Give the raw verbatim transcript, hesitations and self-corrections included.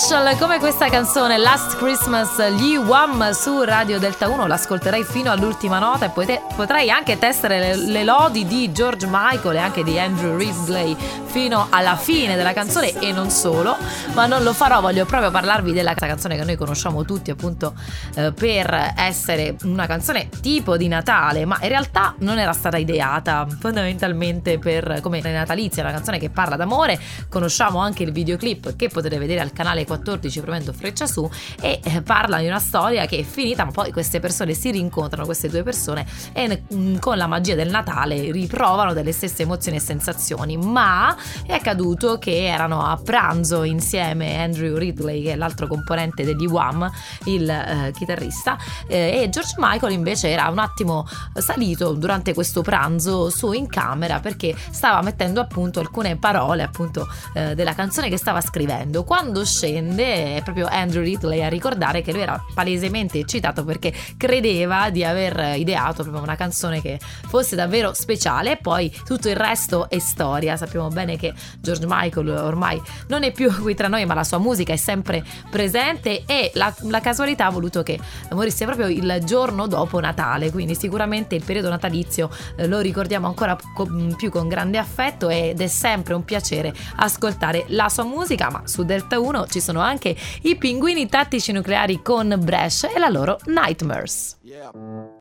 Special come questa canzone Last Christmas, gli Wham su Radio Delta uno, l'ascolterai fino all'ultima nota e poi potrai anche testare le, le lodi di George Michael e anche di Andrew Ridgeley fino alla fine della canzone e non solo, ma non lo farò, voglio proprio parlarvi della canzone che noi conosciamo tutti appunto eh, per essere una canzone tipo di Natale, ma in realtà non era stata ideata fondamentalmente per come natalizia, una canzone che parla d'amore. Conosciamo anche il videoclip che potete vedere al canale quattordici premendo freccia su e eh, parla di una storia che è finita, ma poi queste persone si rincontrano, queste due persone, e mh, con la magia del Natale riprovano delle stesse emozioni e sensazioni. Ma è accaduto che erano a pranzo insieme Andrew Ridgeley, che è l'altro componente degli Wham, il eh, chitarrista, eh, e George Michael invece era un attimo salito durante questo pranzo su in camera perché stava mettendo a punto alcune parole appunto eh, della canzone che stava scrivendo. Quando scende è proprio Andrew Ridgeley a ricordare che lui era palesemente eccitato perché credeva di aver ideato proprio una canzone che fosse davvero speciale, e poi tutto il resto è storia. Sappiamo bene che George Michael ormai non è più qui tra noi, ma la sua musica è sempre presente e la, la casualità ha voluto che morisse proprio il giorno dopo Natale, quindi sicuramente il periodo natalizio eh, lo ricordiamo ancora con, più con grande affetto, ed è sempre un piacere ascoltare la sua musica. Ma su Delta uno ci sono anche i Pinguini Tattici Nucleari con Bresh e la loro Nightmares. Yeah.